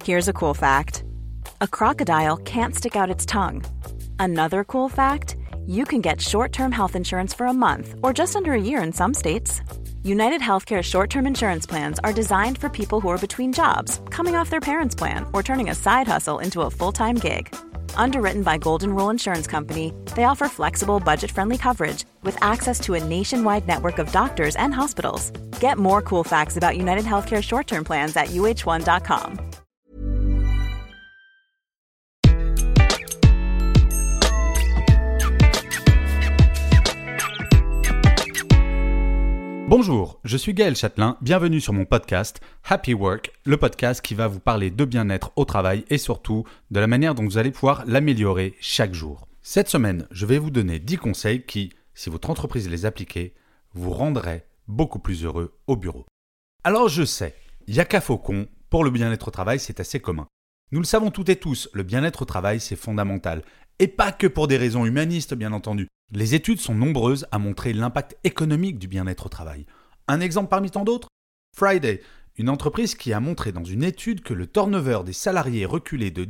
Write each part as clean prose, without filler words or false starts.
Here's a cool fact. A crocodile can't stick out its tongue. Another cool fact, you can get short-term health insurance for a month or just under a year in some states. United Healthcare short-term insurance plans are designed for people who are between jobs, coming off their parents' plan, or turning a side hustle into a full-time gig. Underwritten by Golden Rule Insurance Company, they offer flexible, budget-friendly coverage with access to a nationwide network of doctors and hospitals. Get more cool facts about United Healthcare short-term plans at uh1.com. Bonjour, je suis Gaël Châtelain, bienvenue sur mon podcast Happy Work, le podcast qui va vous parler de bien-être au travail et surtout de la manière dont vous allez pouvoir l'améliorer chaque jour. Cette semaine, je vais vous donner 10 conseils qui, si votre entreprise les appliquait, vous rendraient beaucoup plus heureux au bureau. Alors je sais, il n'y a qu'à Faucon, pour le bien-être au travail, c'est assez commun. Nous le savons toutes et tous, le bien-être au travail, c'est fondamental. Et pas que pour des raisons humanistes, bien entendu. Les études sont nombreuses à montrer l'impact économique du bien-être au travail. Un exemple parmi tant d'autres ? Friday, une entreprise qui a montré dans une étude que le turnover des salariés reculait de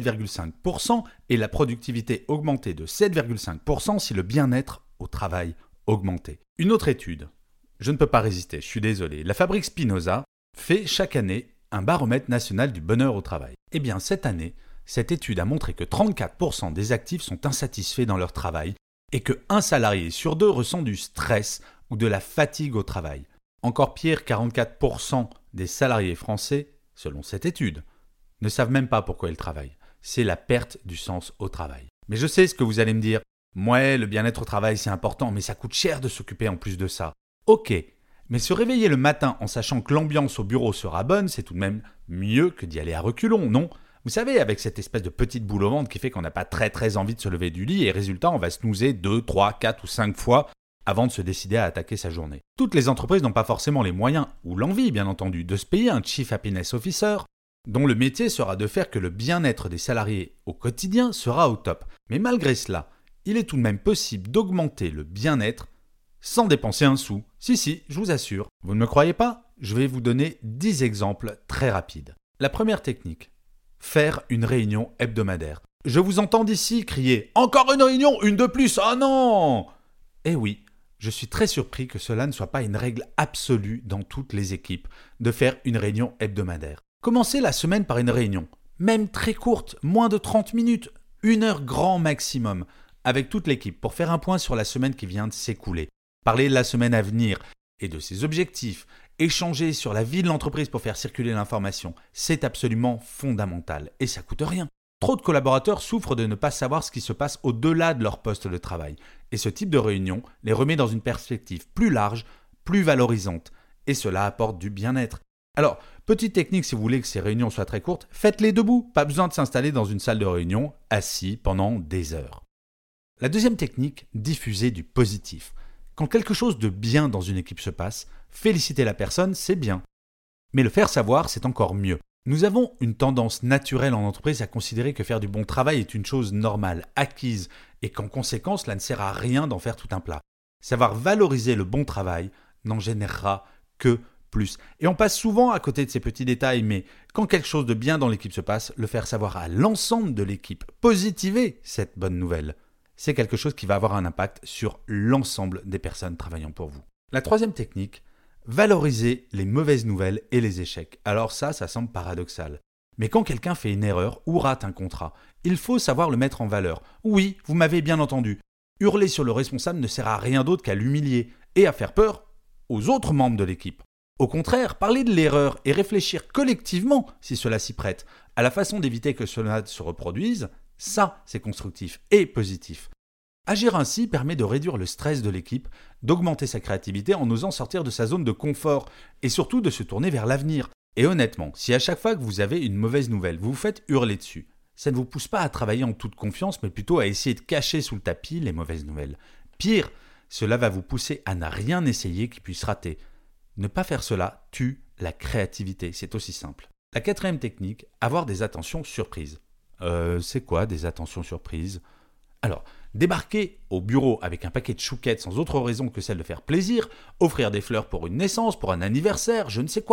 17,5% et la productivité augmentait de 7,5% si le bien-être au travail augmentait. Une autre étude, je ne peux pas résister, je suis désolé. La fabrique Spinoza fait chaque année un baromètre national du bonheur au travail. Eh bien cette année, cette étude a montré que 34% des actifs sont insatisfaits dans leur travail et que 1 salarié sur 2 ressent du stress ou de la fatigue au travail. Encore pire, 44% des salariés français, selon cette étude, ne savent même pas pourquoi ils travaillent. C'est la perte du sens au travail. Mais je sais ce que vous allez me dire. Ouais, le bien-être au travail c'est important, mais ça coûte cher de s'occuper en plus de ça. Ok, mais se réveiller le matin en sachant que l'ambiance au bureau sera bonne, c'est tout de même mieux que d'y aller à reculons, non ? Vous savez, avec cette espèce de petite boule au ventre qui fait qu'on n'a pas très envie de se lever du lit et résultat, on va snoozer 2, 3, 4 ou 5 fois avant de se décider à attaquer sa journée. Toutes les entreprises n'ont pas forcément les moyens, ou l'envie bien entendu, de se payer un Chief Happiness Officer dont le métier sera de faire que le bien-être des salariés au quotidien sera au top. Mais malgré cela, il est tout de même possible d'augmenter le bien-être sans dépenser un sou. Si, je vous assure. Vous ne me croyez pas ? Je vais vous donner 10 exemples très rapides. La première technique. Faire une réunion hebdomadaire. Je vous entends d'ici crier « Encore une réunion, une de plus, oh non !» Eh oui, je suis très surpris que cela ne soit pas une règle absolue dans toutes les équipes, de faire une réunion hebdomadaire. Commencez la semaine par une réunion, même très courte, moins de 30 minutes, 1 heure grand maximum, avec toute l'équipe pour faire un point sur la semaine qui vient de s'écouler, parler de la semaine à venir et de ses objectifs, échanger sur la vie de l'entreprise pour faire circuler l'information, c'est absolument fondamental et ça coûte rien. Trop de collaborateurs souffrent de ne pas savoir ce qui se passe au-delà de leur poste de travail. Et ce type de réunion les remet dans une perspective plus large, plus valorisante. Et cela apporte du bien-être. Alors, petite technique si vous voulez que ces réunions soient très courtes, faites-les debout. Pas besoin de s'installer dans une salle de réunion, assis pendant des heures. La deuxième technique, diffuser du positif. Quand quelque chose de bien dans une équipe se passe, féliciter la personne, c'est bien. Mais le faire savoir, c'est encore mieux. Nous avons une tendance naturelle en entreprise à considérer que faire du bon travail est une chose normale, acquise, et qu'en conséquence, cela ne sert à rien d'en faire tout un plat. Savoir valoriser le bon travail n'en générera que plus. Et on passe souvent à côté de ces petits détails, mais quand quelque chose de bien dans l'équipe se passe, le faire savoir à l'ensemble de l'équipe, positiver cette bonne nouvelle, c'est quelque chose qui va avoir un impact sur l'ensemble des personnes travaillant pour vous. La troisième technique, valoriser les mauvaises nouvelles et les échecs. Alors ça semble paradoxal. Mais quand quelqu'un fait une erreur ou rate un contrat, il faut savoir le mettre en valeur. Oui, vous m'avez bien entendu. Hurler sur le responsable ne sert à rien d'autre qu'à l'humilier et à faire peur aux autres membres de l'équipe. Au contraire, parler de l'erreur et réfléchir collectivement, si cela s'y prête, à la façon d'éviter que cela se reproduise, ça c'est constructif et positif. Agir ainsi permet de réduire le stress de l'équipe, d'augmenter sa créativité en osant sortir de sa zone de confort et surtout de se tourner vers l'avenir. Et honnêtement, si à chaque fois que vous avez une mauvaise nouvelle, vous vous faites hurler dessus, ça ne vous pousse pas à travailler en toute confiance, mais plutôt à essayer de cacher sous le tapis les mauvaises nouvelles. Pire, cela va vous pousser à ne rien essayer qui puisse rater. Ne pas faire cela tue la créativité, c'est aussi simple. La quatrième technique, avoir des attentions surprises. C'est quoi des attentions surprises ? Alors, débarquer au bureau avec un paquet de chouquettes sans autre raison que celle de faire plaisir, offrir des fleurs pour une naissance, pour un anniversaire, je ne sais quoi.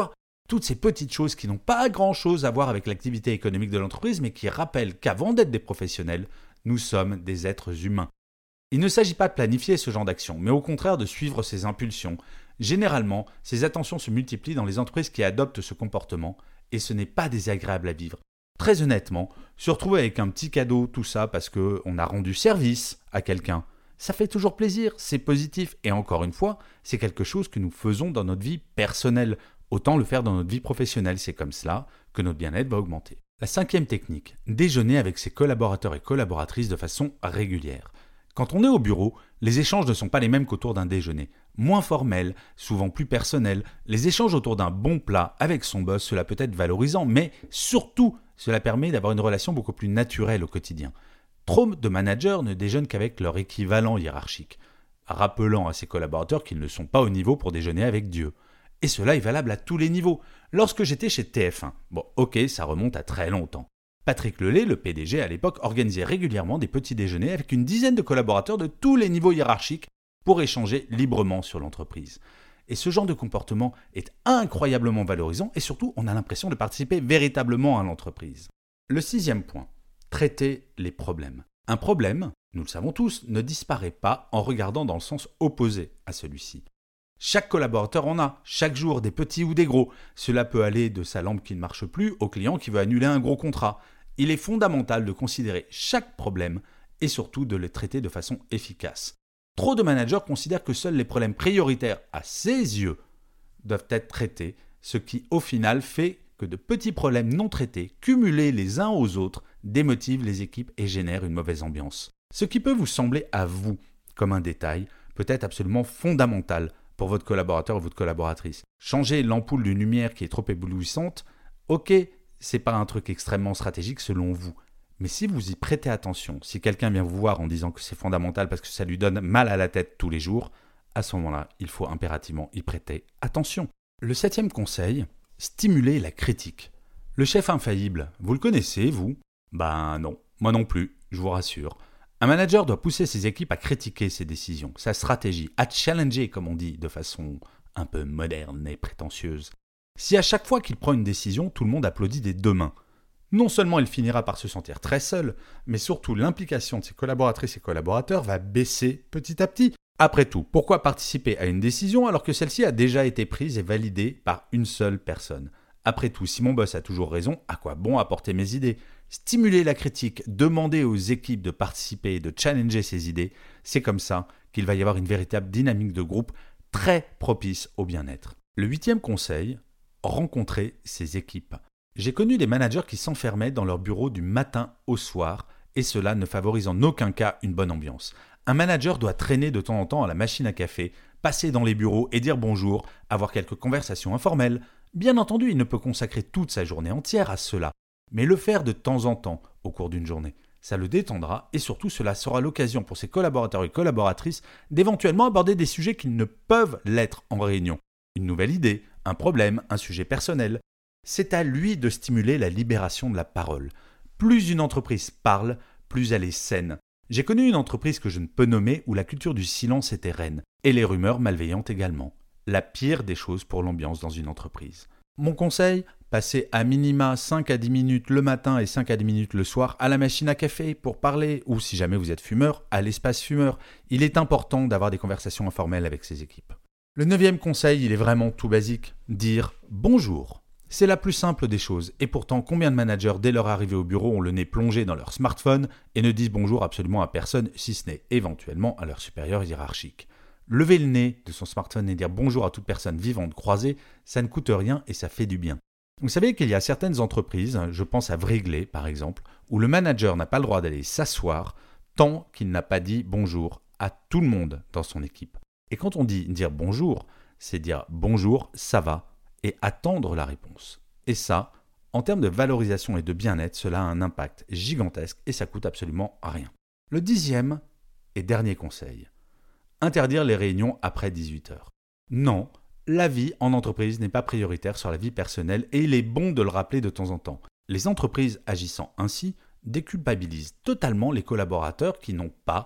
Toutes ces petites choses qui n'ont pas grand-chose à voir avec l'activité économique de l'entreprise, mais qui rappellent qu'avant d'être des professionnels, nous sommes des êtres humains. Il ne s'agit pas de planifier ce genre d'action, mais au contraire de suivre ses impulsions. Généralement, ces attentions se multiplient dans les entreprises qui adoptent ce comportement, et ce n'est pas désagréable à vivre. Très honnêtement, se retrouver avec un petit cadeau, tout ça parce qu'on a rendu service à quelqu'un, ça fait toujours plaisir, c'est positif, et encore une fois, c'est quelque chose que nous faisons dans notre vie personnelle. Autant le faire dans notre vie professionnelle, c'est comme cela que notre bien-être va augmenter. La 5e technique, déjeuner avec ses collaborateurs et collaboratrices de façon régulière. Quand on est au bureau, les échanges ne sont pas les mêmes qu'autour d'un déjeuner. Moins formels, souvent plus personnels, les échanges autour d'un bon plat avec son boss, cela peut être valorisant, mais surtout, cela permet d'avoir une relation beaucoup plus naturelle au quotidien. Trop de managers ne déjeunent qu'avec leur équivalent hiérarchique, rappelant à ses collaborateurs qu'ils ne sont pas au niveau pour déjeuner avec Dieu. Et cela est valable à tous les niveaux. Lorsque j'étais chez TF1, ça remonte à très longtemps. Patrick Lelay, le PDG à l'époque, organisait régulièrement des petits déjeuners avec une dizaine de collaborateurs de tous les niveaux hiérarchiques pour échanger librement sur l'entreprise. Et ce genre de comportement est incroyablement valorisant et surtout, on a l'impression de participer véritablement à l'entreprise. Le 6e point, traiter les problèmes. Un problème, nous le savons tous, ne disparaît pas en regardant dans le sens opposé à celui-ci. Chaque collaborateur en a, chaque jour, des petits ou des gros. Cela peut aller de sa lampe qui ne marche plus au client qui veut annuler un gros contrat. Il est fondamental de considérer chaque problème et surtout de le traiter de façon efficace. Trop de managers considèrent que seuls les problèmes prioritaires à ses yeux doivent être traités, ce qui au final fait que de petits problèmes non traités, cumulés les uns aux autres, démotivent les équipes et génèrent une mauvaise ambiance. Ce qui peut vous sembler à vous comme un détail peut être absolument fondamental pour votre collaborateur ou votre collaboratrice. Changer l'ampoule d'une lumière qui est trop éblouissante, ok, c'est pas un truc extrêmement stratégique selon vous. Mais si vous y prêtez attention, si quelqu'un vient vous voir en disant que c'est fondamental parce que ça lui donne mal à la tête tous les jours, à ce moment-là, il faut impérativement y prêter attention. Le 7e conseil, stimuler la critique. Le chef infaillible, vous le connaissez, vous ? Ben non, moi non plus, je vous rassure. Un manager doit pousser ses équipes à critiquer ses décisions, sa stratégie, à challenger, comme on dit, de façon un peu moderne et prétentieuse. Si à chaque fois qu'il prend une décision, tout le monde applaudit des deux mains, non seulement il finira par se sentir très seul, mais surtout l'implication de ses collaboratrices et collaborateurs va baisser petit à petit. Après tout, pourquoi participer à une décision alors que celle-ci a déjà été prise et validée par une seule personne ? Après tout, si mon boss a toujours raison, à quoi bon apporter mes idées ? Stimuler la critique, demander aux équipes de participer et de challenger ces idées, c'est comme ça qu'il va y avoir une véritable dynamique de groupe très propice au bien-être. Le 8e conseil, rencontrer ses équipes. J'ai connu des managers qui s'enfermaient dans leur bureau du matin au soir et cela ne favorise en aucun cas une bonne ambiance. Un manager doit traîner de temps en temps à la machine à café, passer dans les bureaux et dire bonjour, avoir quelques conversations informelles. Bien entendu, il ne peut consacrer toute sa journée entière à cela, mais le faire de temps en temps au cours d'une journée, ça le détendra et surtout cela sera l'occasion pour ses collaborateurs et collaboratrices d'éventuellement aborder des sujets qui ne peuvent l'être en réunion. Une nouvelle idée, un problème, un sujet personnel. C'est à lui de stimuler la libération de la parole. Plus une entreprise parle, plus elle est saine. J'ai connu une entreprise que je ne peux nommer où la culture du silence était reine, et les rumeurs malveillantes également. La pire des choses pour l'ambiance dans une entreprise. Mon conseil, passez à minima 5 à 10 minutes le matin et 5 à 10 minutes le soir à la machine à café pour parler, ou si jamais vous êtes fumeur, à l'espace fumeur. Il est important d'avoir des conversations informelles avec ses équipes. Le 9e conseil, il est vraiment tout basique, dire bonjour. C'est la plus simple des choses, et pourtant combien de managers dès leur arrivée au bureau ont le nez plongé dans leur smartphone et ne disent bonjour absolument à personne, si ce n'est éventuellement à leur supérieur hiérarchique. Lever le nez de son smartphone et dire bonjour à toute personne vivante croisée, ça ne coûte rien et ça fait du bien. Vous savez qu'il y a certaines entreprises, je pense à Wrigley par exemple, où le manager n'a pas le droit d'aller s'asseoir tant qu'il n'a pas dit bonjour à tout le monde dans son équipe. Et quand on dit dire bonjour, c'est dire bonjour, ça va, et attendre la réponse. Et ça, en termes de valorisation et de bien-être, cela a un impact gigantesque et ça coûte absolument rien. Le 10e et dernier conseil, interdire les réunions après 18h. Non, la vie en entreprise n'est pas prioritaire sur la vie personnelle et il est bon de le rappeler de temps en temps. Les entreprises agissant ainsi déculpabilisent totalement les collaborateurs qui n'ont pas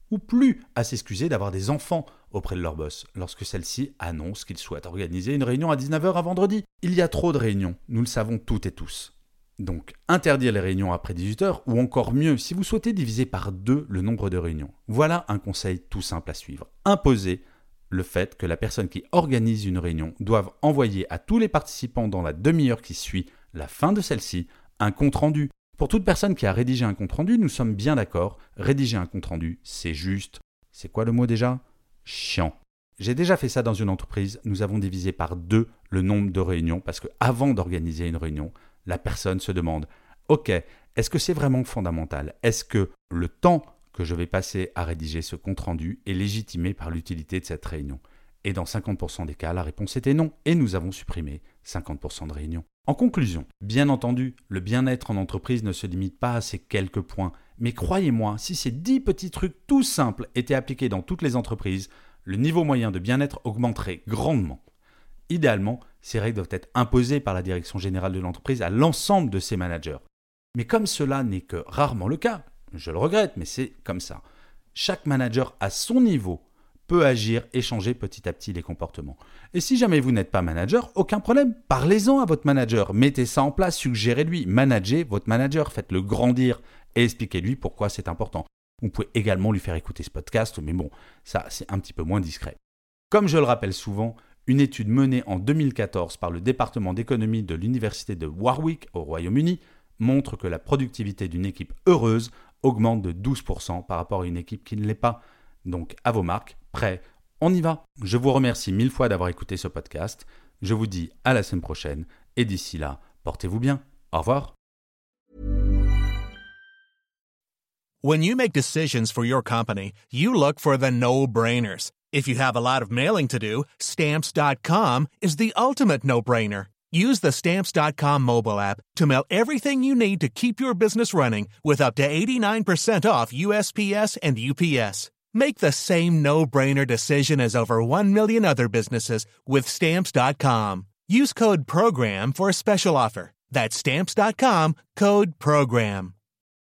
ou plus à s'excuser d'avoir des enfants auprès de leur boss lorsque celle-ci annonce qu'ils souhaitent organiser une réunion à 19h un vendredi. Il y a trop de réunions, nous le savons toutes et tous. Donc, interdire les réunions après 18h ou encore mieux, si vous souhaitez diviser par 2 le nombre de réunions. Voilà un conseil tout simple à suivre. Imposez le fait que la personne qui organise une réunion doive envoyer à tous les participants dans la demi-heure qui suit la fin de celle-ci un compte-rendu. Pour toute personne qui a rédigé un compte-rendu, nous sommes bien d'accord, rédiger un compte-rendu, c'est juste, c'est quoi le mot déjà ? Chiant. J'ai déjà fait ça dans une entreprise, nous avons divisé par 2 le nombre de réunions parce qu'avant d'organiser une réunion, la personne se demande « Ok, est-ce que c'est vraiment fondamental ? Est-ce que le temps que je vais passer à rédiger ce compte-rendu est légitimé par l'utilité de cette réunion ?» Et dans 50% des cas, la réponse était non, et nous avons supprimé 50% de réunions. En conclusion, bien entendu, le bien-être en entreprise ne se limite pas à ces quelques points, mais croyez-moi, si ces 10 petits trucs tout simples étaient appliqués dans toutes les entreprises, le niveau moyen de bien-être augmenterait grandement. Idéalement, ces règles doivent être imposées par la direction générale de l'entreprise à l'ensemble de ses managers. Mais comme cela n'est que rarement le cas, je le regrette, mais c'est comme ça. Chaque manager à son niveau peut agir et changer petit à petit les comportements. Et si jamais vous n'êtes pas manager, aucun problème, parlez-en à votre manager, mettez ça en place, suggérez-lui, managez votre manager, faites-le grandir et expliquez-lui pourquoi c'est important. Vous pouvez également lui faire écouter ce podcast, mais bon, ça c'est un petit peu moins discret. Comme je le rappelle souvent, une étude menée en 2014 par le département d'économie de l'université de Warwick au Royaume-Uni montre que la productivité d'une équipe heureuse augmente de 12% par rapport à une équipe qui ne l'est pas. Donc à vos marques, prêts, on y va. Je vous remercie 1000 fois d'avoir écouté ce podcast. Je vous dis à la semaine prochaine et d'ici là, portez-vous bien. Au revoir. When you make decisions for your company, you look for the no-brainers. If you have a lot of mailing to do, Stamps.com is the ultimate no-brainer. Use the Stamps.com mobile app to mail everything you need to keep your business running with up to 89% off USPS and UPS. Make the same no-brainer decision as over 1 million other businesses with Stamps.com. Use code PROGRAM for a special offer. That's Stamps.com, code PROGRAM.